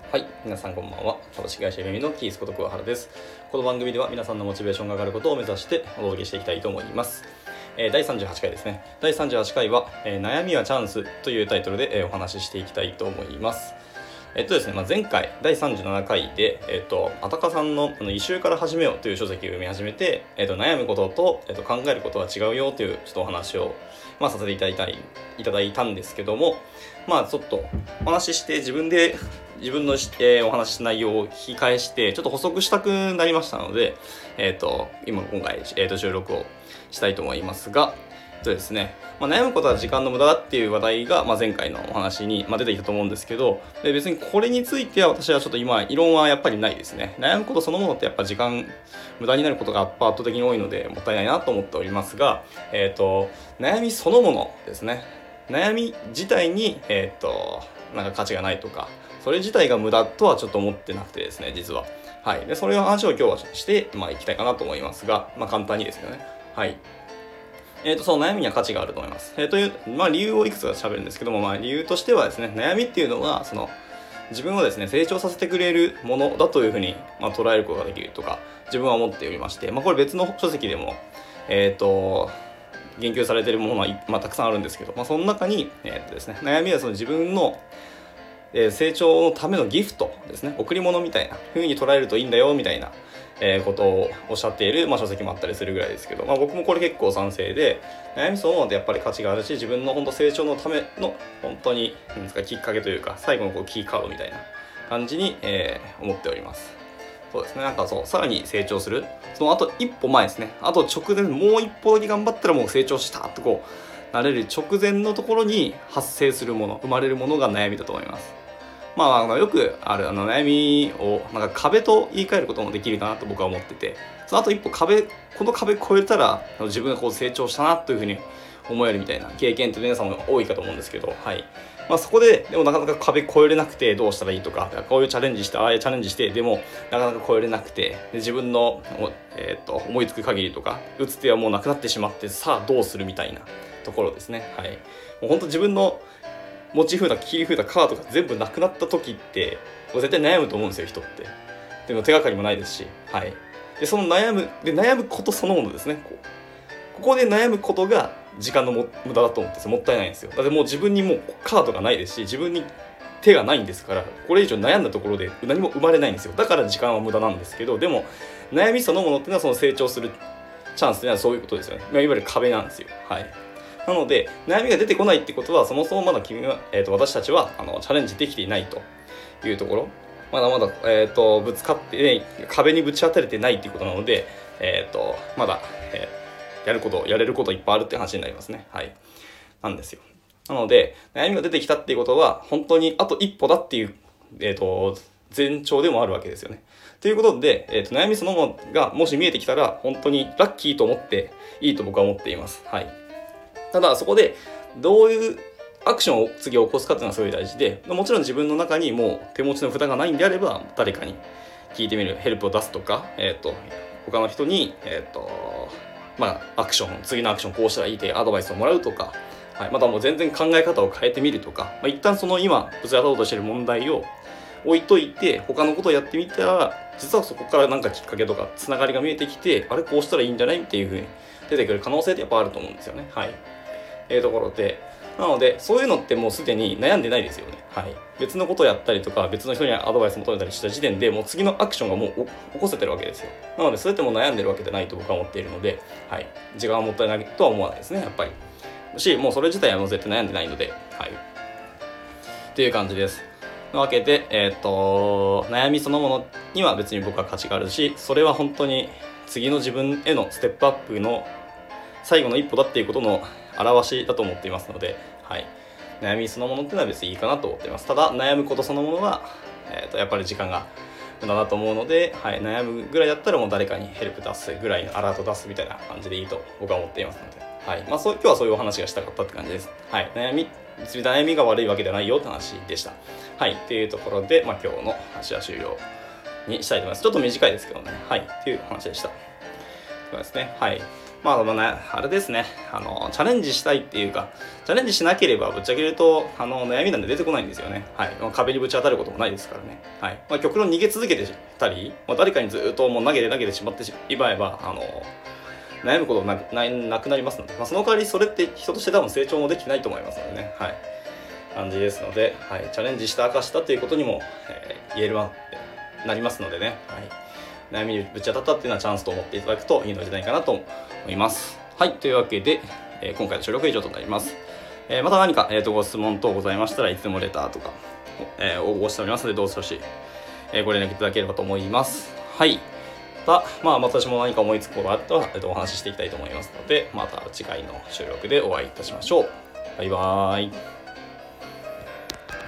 はい、皆さんこんばんは。株式会社メミのキースこと桑原です。この番組では皆さんのモチベーションが上がることを目指してお届けしていきたいと思います。第38回ですね。第38回は、悩みはチャンスというタイトルで、お話ししていきたいと思います。ですね、前回第37回で、あたかさんの異臭から始めようという書籍を読み始めて、悩むことと、考えることは違うよというちょっとお話を、させていただいたんですけども、ちょっとお話しして自分の、お話し内容を聞き返してちょっと補足したくなりましたので、今回、収録をしたいと思いますが、ですね、悩むことは時間の無駄だっていう話題が、前回のお話に、出てきたと思うんですけど、別にこれについては私はちょっと今異論はやっぱりないですね。悩むことそのものってやっぱ時間無駄になることが圧倒的に多いのでもったいないなと思っておりますが、悩みそのものですね。悩み自体になんか価値がないとか、それ自体が無駄とはちょっと思ってなくてですね、実は。はい。で、それの話を今日はしていきたいかなと思いますが、簡単にですよね。はい。その悩みには価値があると思います。という、理由をいくつか喋るんですけども、理由としてはですね、悩みっていうのは、自分をですね、成長させてくれるものだというふうに、捉えることができるとか、自分は思っておりまして、これ別の書籍でも、言及されているものは、たくさんあるんですけど、その中に、ですね、悩みはその自分の成長のためのギフトですね、贈り物みたいな風に捉えるといいんだよみたいなことをおっしゃっている、書籍もあったりするぐらいですけど、僕もこれ結構賛成で、悩みそのものってやっぱり価値があるし、自分の本当成長のための本当にきっかけというか最後のキーカードみたいな感じに、思っております。そうですね、さらに成長する、そのあと一歩前ですね、あと直前もう一歩だけ頑張ったらもう成長したとなれる直前のところに発生するもの、生まれるものが悩みだと思います。よくある悩みを壁と言い換えることもできるかなと僕は思ってて、その後一歩この壁越えたら自分が成長したなというふうに思えるみたいな経験って皆さんも多いかと思うんですけど、はい。そこでもなかなか壁越えれなくてどうしたらいいとか、こういうチャレンジしてああいうチャレンジしてでもなかなか越えれなくて、で自分の、思いつく限りとか打つ手はもうなくなってしまって、さあどうするみたいなところですね。はい。もう本当自分の持ち札、切り札、カードが全部なくなった時って絶対悩むと思うんですよ、人って。でも手がかりもないですし、はい。でその悩むことそのものですね。ここで悩むことが時間の無駄だと思ってもったいないんですよ。だってもう自分にもうカードがないですし、自分に手がないんですから、これ以上悩んだところで何も生まれないんですよ。だから時間は無駄なんですけど、でも悩みそのものっていうのはその成長するチャンスっていうのはそういうことですよね。いわゆる壁なんですよ。はい。なので悩みが出てこないってことは、そもそもまだ私たちはチャレンジできていないというところ、まだまだ、ぶつかって、ね、壁にぶち当たれてないっていうことなので、まだ、やれることいっぱいあるって話になりますね。はい。なんですよ。なので悩みが出てきたっていうことは本当にあと一歩だっていう、前兆でもあるわけですよね。ということで、悩みそのものがもし見えてきたら本当にラッキーと思っていいと僕は思っています。はい。ただそこでどういうアクションを次起こすかっていうのはすごい大事で、もちろん自分の中にもう手持ちの札がないんであれば誰かに聞いてみる、ヘルプを出すとか、他の人に、アクション、次のアクションこうしたらいいってアドバイスをもらうとか、はい、またもう全然考え方を変えてみるとか、一旦その今ぶち当たろうとしている問題を置いといて他のことをやってみたら、実はそこからなんかきっかけとかつながりが見えてきて、あれこうしたらいいんじゃないっていう風に出てくる可能性ってやっぱあると思うんですよね。はい。ところで、なのでそういうのってもうすでに悩んでないですよね。はい。別のことをやったりとか別の人にアドバイスを求めたりした時点でもう次のアクションがもう起こせてるわけですよ。なのでそれってもう悩んでるわけじゃないと僕は思っているので、はい。時間はもったいないとは思わないですね、やっぱり。もうそれ自体はもう絶対悩んでないので、はい。っていう感じです。なわけで、悩みそのものには別に僕は価値があるし、それは本当に次の自分へのステップアップの最後の一歩だっていうことの表しだと思っていますので、はい、悩みそのものっていうのは別にいいかなと思っています。ただ悩むことそのものは、やっぱり時間が無駄だと思うので、はい、悩むぐらいだったらもう誰かにヘルプ出すぐらいのアラート出すみたいな感じでいいと僕は思っていますので、はい、今日はそういうお話がしたかったって感じです。はい、悩みが悪いわけではないよって話でした。はい、っていうところで、今日の話は終了にしたいと思います。ちょっと短いですけどね、はい、っていう話でした。そうですね、はい。 まああれですね、チャレンジしたいっていうか、チャレンジしなければぶっちゃけると悩みなんで出てこないんですよね。はい、壁にぶち当たることもないですからね。はい、極論逃げ続けてたり、誰かにずっともう投げてしまってしまえば悩むことなくなりますので、その代わりそれって人として多分成長もできてないと思いますのでね。はい、感じですので、はい、チャレンジした証したということにも、言えるなりますのでね。はい、悩みにぶち当たったっていうのはチャンスと思っていただくといいのじゃないかなと思います。はい、というわけで、今回の収録は以上となります。また何か、ご質問等ございましたらいつでもレターとか、応募しておりますのでどうぞし、ご連絡いただければと思います。はい。私も何か思いつくことがあったら、お話ししていきたいと思いますので、また次回の収録でお会いいたしましょう。バイバーイ。